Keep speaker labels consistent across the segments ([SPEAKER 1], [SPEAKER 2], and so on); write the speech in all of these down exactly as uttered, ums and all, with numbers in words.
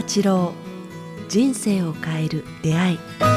[SPEAKER 1] 八郎、人生を変える出会い。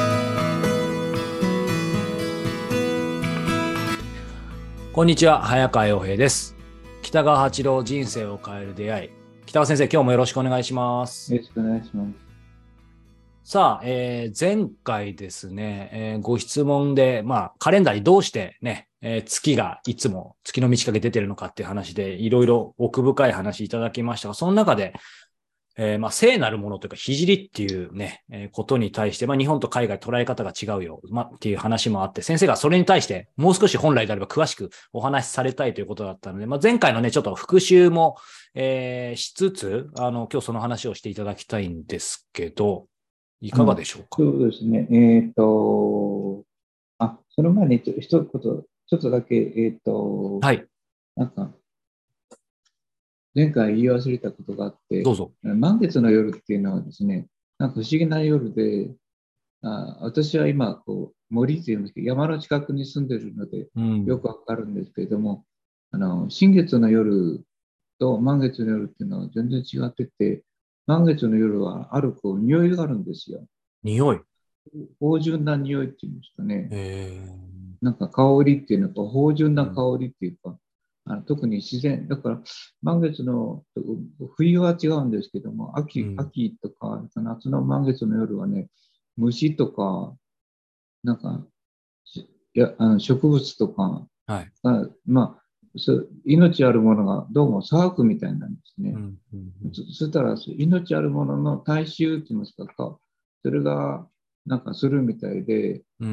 [SPEAKER 2] こんにちは、早川洋平です。北川八郎、人生を変える出会い。北川先生、今日もよろしくお願いします。
[SPEAKER 3] よろしくお願いします。
[SPEAKER 2] さあ、えー、前回ですね、えー、ご質問で、まあ、カレンダーにどうしてね、えー、月がいつも月の満ち欠け出てるのかっていう話で、いろいろ奥深い話いただきましたが、その中で、えー、まあ、聖なるものというか、聖っていうね、えー、ことに対して、まあ、日本と海外捉え方が違うよ、まあ、っていう話もあって、先生がそれに対して、もう少し本来であれば詳しくお話しされたいということだったので、まあ、前回のね、ちょっと復習も、えー、しつつ、あの、今日その話をしていただきたいんですけど、いかがでしょうか。
[SPEAKER 3] そうですね。えっと、あ、その前に一言、ちょっとだけ、えっと、
[SPEAKER 2] はい。
[SPEAKER 3] なんか、前回言い忘れたことがあって、
[SPEAKER 2] どうぞ。
[SPEAKER 3] 満月の夜っていうのはですね、なんか不思議な夜で、あ私は今こう、森っていうんですけど、山の近くに住んでるので、
[SPEAKER 2] うん、
[SPEAKER 3] よくわかるんですけれども、あの、新月の夜と満月の夜っていうのは全然違ってて、満月の夜はあるこう匂いがあるんですよ。
[SPEAKER 2] 匂い。
[SPEAKER 3] 芳醇な匂いっていうんですかね。
[SPEAKER 2] え
[SPEAKER 3] なんか香りっていうのと、芳醇な香りっていうか、あの特に自然、だから満月の、冬は違うんですけども、秋、
[SPEAKER 2] うん、
[SPEAKER 3] 秋とか夏の満月の夜はね、虫とか、なんか、いやあの植物とか
[SPEAKER 2] はい。
[SPEAKER 3] が、まあ、そ命あるものがどうも騒ぐみたいなんですね。
[SPEAKER 2] うんうんうん、
[SPEAKER 3] そそしたら、命あるものの大衆って言いますか、それがなんかするみたいで、
[SPEAKER 2] うん、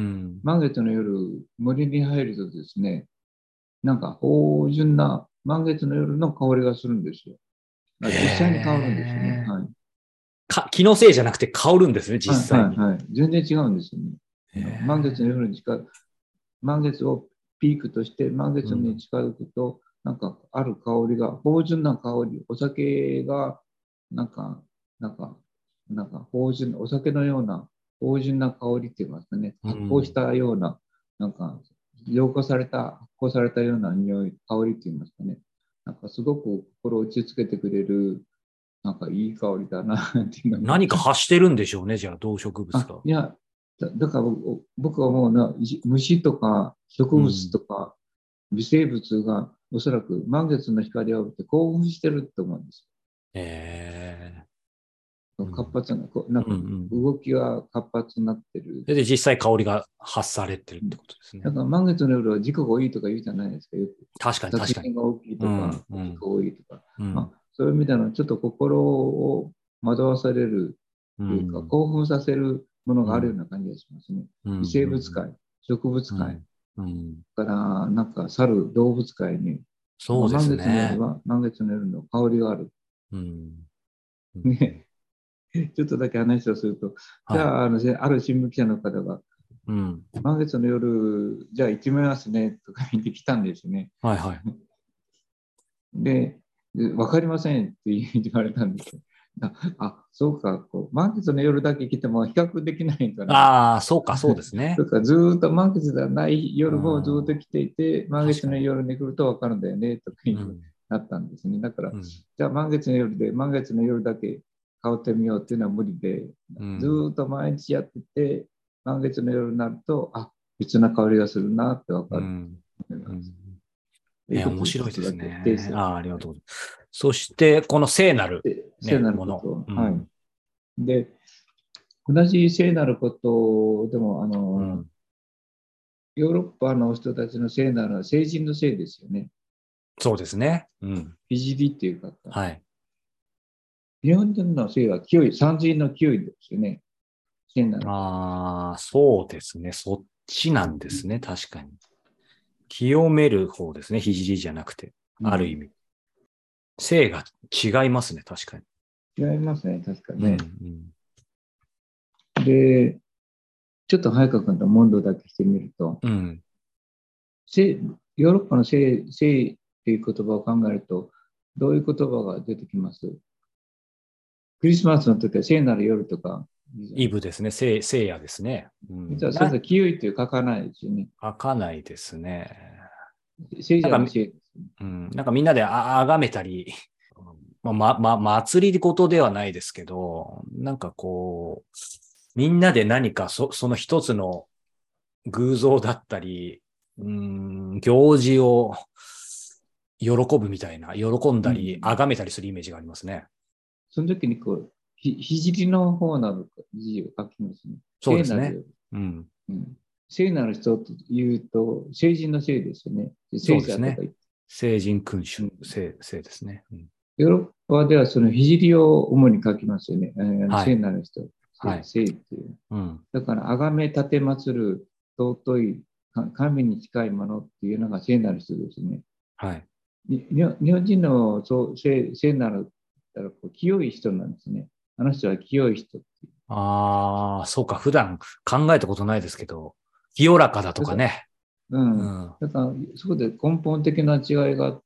[SPEAKER 3] 満月の夜、森に入るとですね、なんか芳醇な満月の夜の香りがするんですよ。実際に香るんですよね。はい。
[SPEAKER 2] か気のせいじゃなくて香るんですね、実
[SPEAKER 3] はい、はい、
[SPEAKER 2] 際に。
[SPEAKER 3] はい。全然違うんですよね。あの満月の夜に近い、満月をピークとして、満月に近づくと、なんかある香りが、芳醇な香り、お酒が、なんか、なんか、なんか芳醇、お酒のような芳醇な香りって言いますかね、発酵したような、なんか、浄化された、発酵されたような匂い、香りって言いますかね。なんかすごく心を落ち着けてくれる、なんかいい香りだなっていうのが。
[SPEAKER 2] 何か発してるんでしょうね、じゃあ、動植物
[SPEAKER 3] あ、
[SPEAKER 2] が。
[SPEAKER 3] いや、だだから僕は思うのは、虫とか植物とか微生物がおそらく満月の光を浴びて興奮してると思うんです
[SPEAKER 2] よ。えー、うん、
[SPEAKER 3] 活発な、なんか
[SPEAKER 2] うんうん、
[SPEAKER 3] 動きが活発になってる。
[SPEAKER 2] で、実際香りが発されてるってことですね。
[SPEAKER 3] だから満月の夜は事故が多いとか言うじゃないですか、よく。
[SPEAKER 2] 確かに確かに。
[SPEAKER 3] 殺人が大きいとか、
[SPEAKER 2] うん、うん、
[SPEAKER 3] 事故が多いとか。
[SPEAKER 2] うん、
[SPEAKER 3] まあ、そういう意味でのちょっと心を惑わされるというか、
[SPEAKER 2] うん、
[SPEAKER 3] 興奮させるもの
[SPEAKER 2] うん、
[SPEAKER 3] があるような感じがしますね。
[SPEAKER 2] うん、
[SPEAKER 3] 微生物界、植物界、
[SPEAKER 2] うん、うん。
[SPEAKER 3] からなんか猿、動物界に、なんか
[SPEAKER 2] そうです
[SPEAKER 3] 満月の夜
[SPEAKER 2] ね。
[SPEAKER 3] は満月の夜の香りがある。
[SPEAKER 2] うん、うん、
[SPEAKER 3] ね、ちょっとだけ話をすると、じ
[SPEAKER 2] はい。
[SPEAKER 3] ゃあ、あのある新聞記者の方が、
[SPEAKER 2] うん、
[SPEAKER 3] 満月の夜、じゃあ行ってみますねとか言ってきたんですね。
[SPEAKER 2] はいはい。
[SPEAKER 3] で、わかりませんって言われたんですよ。あ、あそうか、こう満月の夜だけ来ても比較できないから、
[SPEAKER 2] ああ、そうか、そうですね。
[SPEAKER 3] とかずっと満月ではない夜もずっと
[SPEAKER 2] うん、
[SPEAKER 3] 来ていて、満月の
[SPEAKER 2] 確かに。
[SPEAKER 3] 夜に来ると分かるんだよねとか言う
[SPEAKER 2] うん、
[SPEAKER 3] なったんですね。だから、
[SPEAKER 2] うん、
[SPEAKER 3] じゃあ満月の夜で満月の夜だけ香ってみようっていうのは無理で、
[SPEAKER 2] うん、
[SPEAKER 3] ずっと毎日やってて、満月の夜になると、あ、別な香りがするなって分かる
[SPEAKER 2] うん、
[SPEAKER 3] と思います。
[SPEAKER 2] うん。えー、
[SPEAKER 3] ということで、
[SPEAKER 2] 面白いです
[SPEAKER 3] ちょっとだけ訂
[SPEAKER 2] ね。
[SPEAKER 3] 正。
[SPEAKER 2] ああ、ありがとうございます。そして、この聖なる、
[SPEAKER 3] で、聖
[SPEAKER 2] ね、
[SPEAKER 3] なる
[SPEAKER 2] もの。
[SPEAKER 3] ことは、はい。
[SPEAKER 2] うん。
[SPEAKER 3] で、同じ聖なることでも、あの、
[SPEAKER 2] うん。
[SPEAKER 3] ヨーロッパの人たちの聖なるのは聖人の聖ですよね。
[SPEAKER 2] そうですね。うん。
[SPEAKER 3] 聖っていうか、
[SPEAKER 2] はい。
[SPEAKER 3] 日本人の聖は清い、三髄の清いですよね。聖なること。
[SPEAKER 2] ああ、そうですね。そっちなんですね。確かに。清める方ですね。聖じゃなくて。
[SPEAKER 3] うん、
[SPEAKER 2] ある意味。聖が違いますね。確かに。
[SPEAKER 3] 違いますね、確か
[SPEAKER 2] うん、
[SPEAKER 3] ね。
[SPEAKER 2] うん。
[SPEAKER 3] で、ちょっと早川君と問答だけしてみると、
[SPEAKER 2] うん。
[SPEAKER 3] 聖ヨーロッパの聖、聖っていう言葉を考えると、どういう言葉が出てきます？クリスマスの時は聖なる夜とか、
[SPEAKER 2] イブですね。聖、聖夜ですね。うん。
[SPEAKER 3] 実は先生、清いっていう書かないですよね。
[SPEAKER 2] 書かないですね。
[SPEAKER 3] 聖
[SPEAKER 2] なんか、
[SPEAKER 3] 者の聖です、ね。
[SPEAKER 2] うん、なんかみんなであ、あがめたり、 まあ、ま、ま、祭り事ではないですけど、なんかこう、みんなで何かそ、その一つの偶像だったり、うーん、行事を喜ぶみたいな、喜んだり、
[SPEAKER 3] うん
[SPEAKER 2] 崇めたりするイメージがありますね。
[SPEAKER 3] その時にこう、ひ、聖の方なる字を書きますね。
[SPEAKER 2] そうですね。
[SPEAKER 3] 聖なる、
[SPEAKER 2] うん。
[SPEAKER 3] うん。聖なる人というと、聖人の聖ですよね。聖
[SPEAKER 2] そうですね。
[SPEAKER 3] 者とか言って。
[SPEAKER 2] 聖人君主、
[SPEAKER 3] うん
[SPEAKER 2] 聖、聖ですね。うん、
[SPEAKER 3] ヨーロッパではその聖を主に書きますよね。あの聖
[SPEAKER 2] はい。
[SPEAKER 3] なる人、
[SPEAKER 2] はい。
[SPEAKER 3] 聖っていう。
[SPEAKER 2] うん。
[SPEAKER 3] だから、崇め立て祀る尊い神に近いものっていうのが聖なる人ですね。
[SPEAKER 2] はい。
[SPEAKER 3] に日本人のそう聖聖なるったらこう清い人なんですね。あの人は清い人っていう。
[SPEAKER 2] ああ、そうか。普段考えたことないですけど、清らかだと
[SPEAKER 3] だから、
[SPEAKER 2] かね。
[SPEAKER 3] う
[SPEAKER 2] う
[SPEAKER 3] ん。
[SPEAKER 2] ん。
[SPEAKER 3] だから、そこで根本的な違いがあって、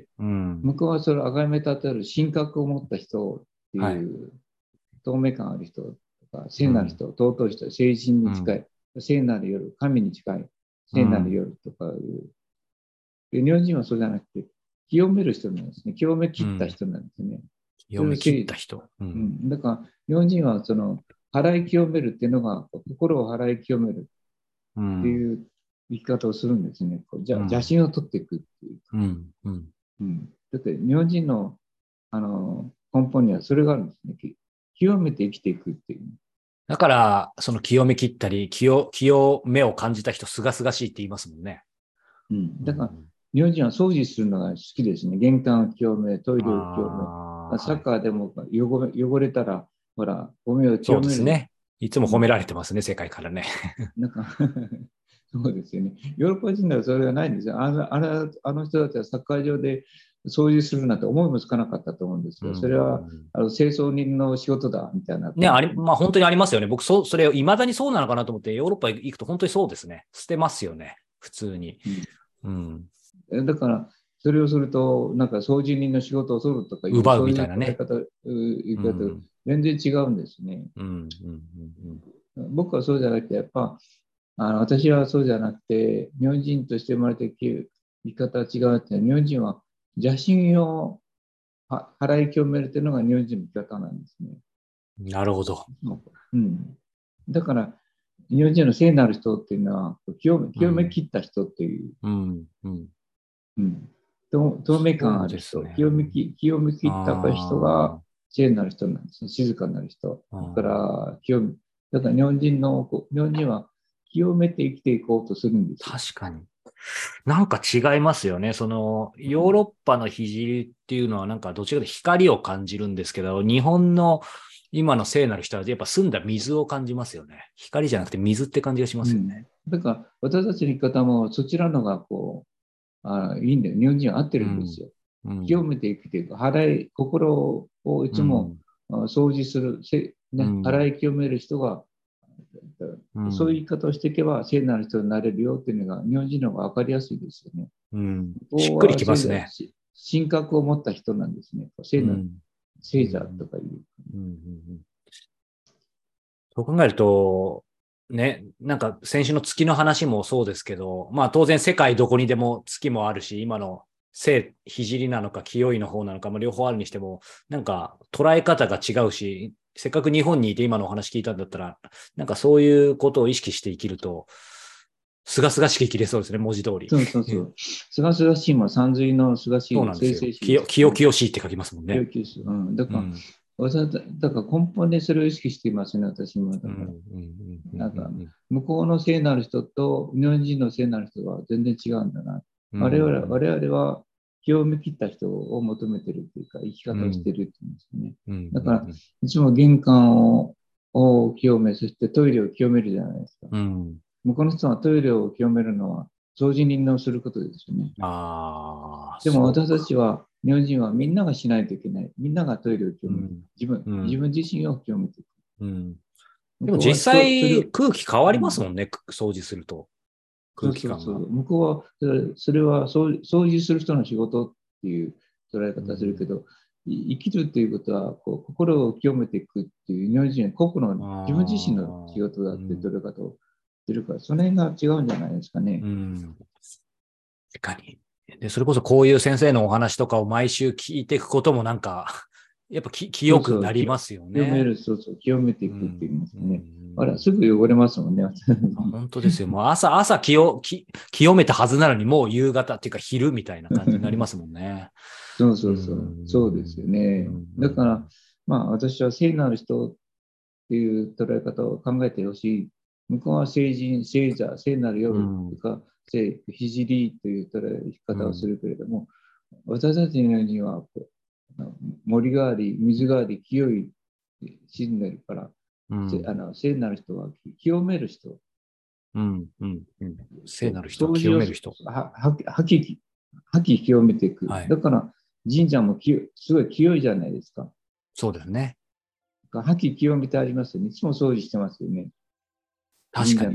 [SPEAKER 2] うん。
[SPEAKER 3] 向こうはそれを崇め立てる神格を持った人って
[SPEAKER 2] はい。
[SPEAKER 3] いう透明感ある人とか、聖
[SPEAKER 2] うん。
[SPEAKER 3] なる人、尊い人、聖人
[SPEAKER 2] うん。
[SPEAKER 3] に近い、聖なる夜、神に近い、聖なる
[SPEAKER 2] うん。
[SPEAKER 3] 夜とかいう。で日本人はそうじゃなくて、清める人なんですね。清め
[SPEAKER 2] うん。
[SPEAKER 3] 切った人なんですね。そ
[SPEAKER 2] 読み切っ
[SPEAKER 3] れを聖、
[SPEAKER 2] た人。うん。
[SPEAKER 3] うん。だから、日本人はその、払い清めるっていうのが、心を払い清めるって
[SPEAKER 2] うん。
[SPEAKER 3] いう生き方をするんですね。こうじゃ邪
[SPEAKER 2] うん。
[SPEAKER 3] 心を取っていくっていうか。
[SPEAKER 2] うん。うん。
[SPEAKER 3] うん。だって日本人の、あの根本にはそれがあるんですね。清めて生きていくっていう。
[SPEAKER 2] だから、その清め切ったり、清、清めを感じた人、すがすがしいって言いますもんね。
[SPEAKER 3] うん。
[SPEAKER 2] うん。
[SPEAKER 3] だから、日本人は掃除するのが好きですね。玄関を清め、トイレを清め。
[SPEAKER 2] ああ、
[SPEAKER 3] サッ
[SPEAKER 2] はい。
[SPEAKER 3] カーでも汚れ汚れたら、ほら、ゴミを
[SPEAKER 2] そう
[SPEAKER 3] 清める。
[SPEAKER 2] ですね。いつも褒め
[SPEAKER 3] うん。
[SPEAKER 2] られてますね、世界からね。
[SPEAKER 3] なんかそうですよね。ヨーロッパ人ではそれがないんですよ。あのあのあの人たちはサッカー場で掃除するなんて思いもつかなかったと思うんですよ。それ
[SPEAKER 2] うん。
[SPEAKER 3] はあの清掃人の仕事だみたいな
[SPEAKER 2] ね、
[SPEAKER 3] 感じ。
[SPEAKER 2] あり、まあ本当にありますよね。僕、そう、それ、未だにそうなのかなと思って、ヨーロッパ行くと本当にそうですね。捨てますよね。普通に。うん。
[SPEAKER 3] うん、だから、それをすると、なんか掃除人の仕事を取るとかいう、
[SPEAKER 2] 奪う
[SPEAKER 3] そういう
[SPEAKER 2] みたいなね。
[SPEAKER 3] 捉え方、う言い方、
[SPEAKER 2] うん。
[SPEAKER 3] 全然違うんですね。
[SPEAKER 2] うん。うん。うん。
[SPEAKER 3] 僕はそうじゃなくて、やっぱ、あの私はそうじゃなくて、日本人として生まれてきる生き方は違うって、日本人は邪心を払い清めるというのが日本人の生き方なんですね。
[SPEAKER 2] なるほど。
[SPEAKER 3] うん、だから、日本人の聖なる人っていうのは、清め清め
[SPEAKER 2] うん。
[SPEAKER 3] 切った人っていう、
[SPEAKER 2] うん。うん。
[SPEAKER 3] うん、透明感
[SPEAKER 2] そう
[SPEAKER 3] ある人、
[SPEAKER 2] ですね。
[SPEAKER 3] 清めき清め切った人が
[SPEAKER 2] あ
[SPEAKER 3] 聖なる人なんですね。静かなる人。
[SPEAKER 2] あ。
[SPEAKER 3] だから、清め、だから日本人の、日本人は清めて生きていこうとするんですよ。
[SPEAKER 2] 確かに。なんか違いますよね。その、ヨーロッパの聖っていうのはなんかどちらかというと光を感じるんですけど、日本の今の聖なる人はやっぱ澄んだ水を感じますよね。光じゃなくて水って感じがしますよね。
[SPEAKER 3] うん。だから、私たちの生き方もそちらのがこう、あいいんだよ。日本人は合って
[SPEAKER 2] うん。
[SPEAKER 3] るんですよ。
[SPEAKER 2] うん。
[SPEAKER 3] 清めていくというか、払い、心をいつも
[SPEAKER 2] うん。
[SPEAKER 3] 掃除する、せね、
[SPEAKER 2] うん。
[SPEAKER 3] 払い清める人が、そういう
[SPEAKER 2] うん。
[SPEAKER 3] 言い方をしていけば聖なる人になれるよっていうのが日本人の方が分かりやすいですよね。
[SPEAKER 2] うん。しっ
[SPEAKER 3] ここ
[SPEAKER 2] くり
[SPEAKER 3] は聖者、
[SPEAKER 2] きますね。
[SPEAKER 3] 神格を持った人なんですね。聖なる
[SPEAKER 2] うん。う
[SPEAKER 3] 聖者と
[SPEAKER 2] ん。
[SPEAKER 3] かいう。
[SPEAKER 2] うん。うん。そう考えると、ね、なんか先週の月の話もそうですけど、まあ当然世界どこにでも月もあるし、今の聖、聖なのか清いの方なのか、まあ、両方あるにしても、なんか捉え方が違うし、せっかく日本にいて今のお話聞いたんだったら、なんかそういうことを意識して生きると、すがすがしく生きれそうですね、文字通り。
[SPEAKER 3] そうそうそう。すがすがしいも三髄のすがしいで、生
[SPEAKER 2] そうなんですよ。
[SPEAKER 3] 々しいです。
[SPEAKER 2] 清清々しいって書きますもんね。
[SPEAKER 3] 要求する。うん。だから、
[SPEAKER 2] うん。
[SPEAKER 3] 私はだから根本でそれを意識していますね、私も。だ
[SPEAKER 2] うん。
[SPEAKER 3] から。
[SPEAKER 2] うん。うん。
[SPEAKER 3] なんか、
[SPEAKER 2] うん。
[SPEAKER 3] 向こうの聖なる人と日本人の聖なる人は全然違うんだな。
[SPEAKER 2] うん。
[SPEAKER 3] 我々
[SPEAKER 2] うん。
[SPEAKER 3] 我々は清め切った人を求めてるっていうか、生き方をしてるっていうんですね。
[SPEAKER 2] うん。
[SPEAKER 3] だから、
[SPEAKER 2] うん。
[SPEAKER 3] いつも玄関をを清め、そしてトイレを清めるじゃないですか。
[SPEAKER 2] うん。
[SPEAKER 3] 向こうの人はトイレを清めるのは掃除人のすることですよね。
[SPEAKER 2] ああ、
[SPEAKER 3] でも私た
[SPEAKER 2] そうか。
[SPEAKER 3] ちは、日本人はみんながしないといけない。みんながトイレを清めて、
[SPEAKER 2] うん。
[SPEAKER 3] 自分、
[SPEAKER 2] うん。
[SPEAKER 3] 自分自身を清めていく。
[SPEAKER 2] うん。
[SPEAKER 3] 向こうは
[SPEAKER 2] でも実
[SPEAKER 3] 人、それを、
[SPEAKER 2] 際空気変わります
[SPEAKER 3] うん、
[SPEAKER 2] もんね、く掃除すると。
[SPEAKER 3] そう
[SPEAKER 2] 空気感が。
[SPEAKER 3] そうそう。向こうは、それそれは掃掃除する人の仕事っていう捉え方する
[SPEAKER 2] うん。
[SPEAKER 3] けど、い生きるっていうことはこう、心を清めていくっていう日本人は個々の自分自身の仕
[SPEAKER 2] ああ、
[SPEAKER 3] 事だっていう
[SPEAKER 2] うん。
[SPEAKER 3] 捉え方をしてるから、その辺が違うんじゃないですかね。
[SPEAKER 2] うん。確かに。 で、それこそこういう先生のお話とかを毎週聞いていくこともなんか、やっぱき清くなりますよね。
[SPEAKER 3] 清める、そうそう、清めていくって言いますね。あら、すぐ汚れますもんね。
[SPEAKER 2] 本当ですよ。もう朝、朝清、き清めたはずなのに、もう夕方っていうか昼みたいな感じになりますもんね。
[SPEAKER 3] そうそうそう。そうですよね。だから、まあ私は聖なる人っていう捉え方を考えてほしい。向こうは聖人、聖座、聖なる夜とか、聖、聖という捉え方をするけれども、私たちのには森があり、水があり、清い神でるから、うん、あの聖なる人は清める人。
[SPEAKER 2] うんうんうん、聖なる人は清める人。
[SPEAKER 3] はき清めていく。はい、だから神社もすごい清いじゃないですか。
[SPEAKER 2] そうですね。
[SPEAKER 3] はき清めてありますよね。いつも掃除してますよね。
[SPEAKER 2] 確かに。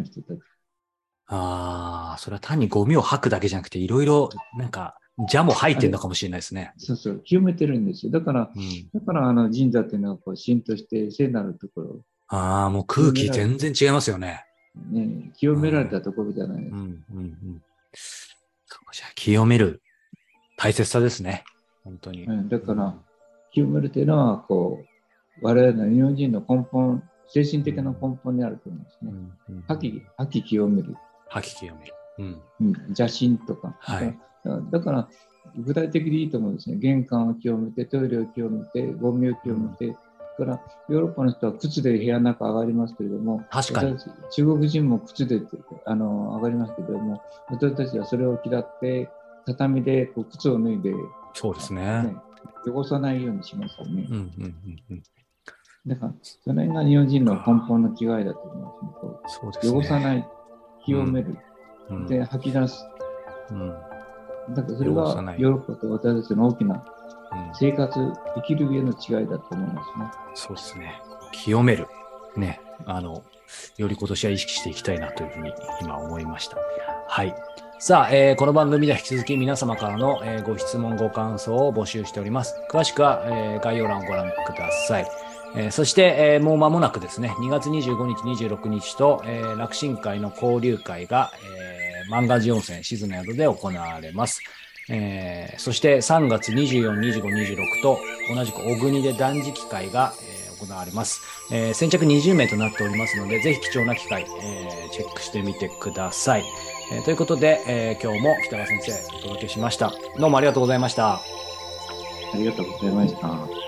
[SPEAKER 2] ああ、それは単にゴミを吐くだけじゃなくて、いろいろなんか邪も入ってるのかもしれないですね。
[SPEAKER 3] そうそう、清めてるんですよ。だから、うん、だからあの神社っていうのはこう神として聖なるところ。
[SPEAKER 2] ああ、もう空気全然違いますよね。
[SPEAKER 3] ね、清められたところじゃないですか。
[SPEAKER 2] うんうんうん、そうじゃあ清める大切さですね。本当に。
[SPEAKER 3] うん、だから、うん、清めるというのはこう我々の日本人の根本、精神的な根本にあると思いますね。はき、はき清める。
[SPEAKER 2] はき清める。
[SPEAKER 3] うんうん、邪心とか。
[SPEAKER 2] はい、
[SPEAKER 3] だから、具体的でいいと思うんですね。玄関を清めて、トイレを清めて、ゴミを清めて、それからヨーロッパの人は靴で部屋の中上がりますけれども、
[SPEAKER 2] 確かに
[SPEAKER 3] 中国人も靴であの上がりますけれども、私たちはそれを嫌って、畳でこう靴を脱いで、
[SPEAKER 2] そうですね、
[SPEAKER 3] ね、汚さないようにしますよね。
[SPEAKER 2] うんうんうんうん、
[SPEAKER 3] だから、それが日本人の根本の違いだと思います、ね。そうですね、汚さない、清める、うん、で吐き出す。うんだからそれがヨーロッパと私たちの大きな生活、うん、生きる上の違いだと思いますね。
[SPEAKER 2] そうですね。清める。ね。あの、より今年は意識していきたいなというふうに今思いました。はい。さあ、えー、この番組では引き続き皆様からの、えー、ご質問、ご感想を募集しております。詳しくは、えー、概要欄をご覧ください。えー、そして、えー、もう間もなくですね、にがつにじゅうごにち、にじゅうろくにちと、えー、楽神会の交流会が、えー万願寺温泉静の宿で行われます。えー、そしてさんがつにじゅうよっか、にじゅうご、にじゅうろくと同じく小国で断食会が、えー、行われます、えー。先着にじゅうめいとなっておりますので、ぜひ貴重な機会、えー、チェックしてみてください。えー、ということで、えー、今日も北川先生お届けしました。どうもありがとうございました。
[SPEAKER 3] ありがとうございました。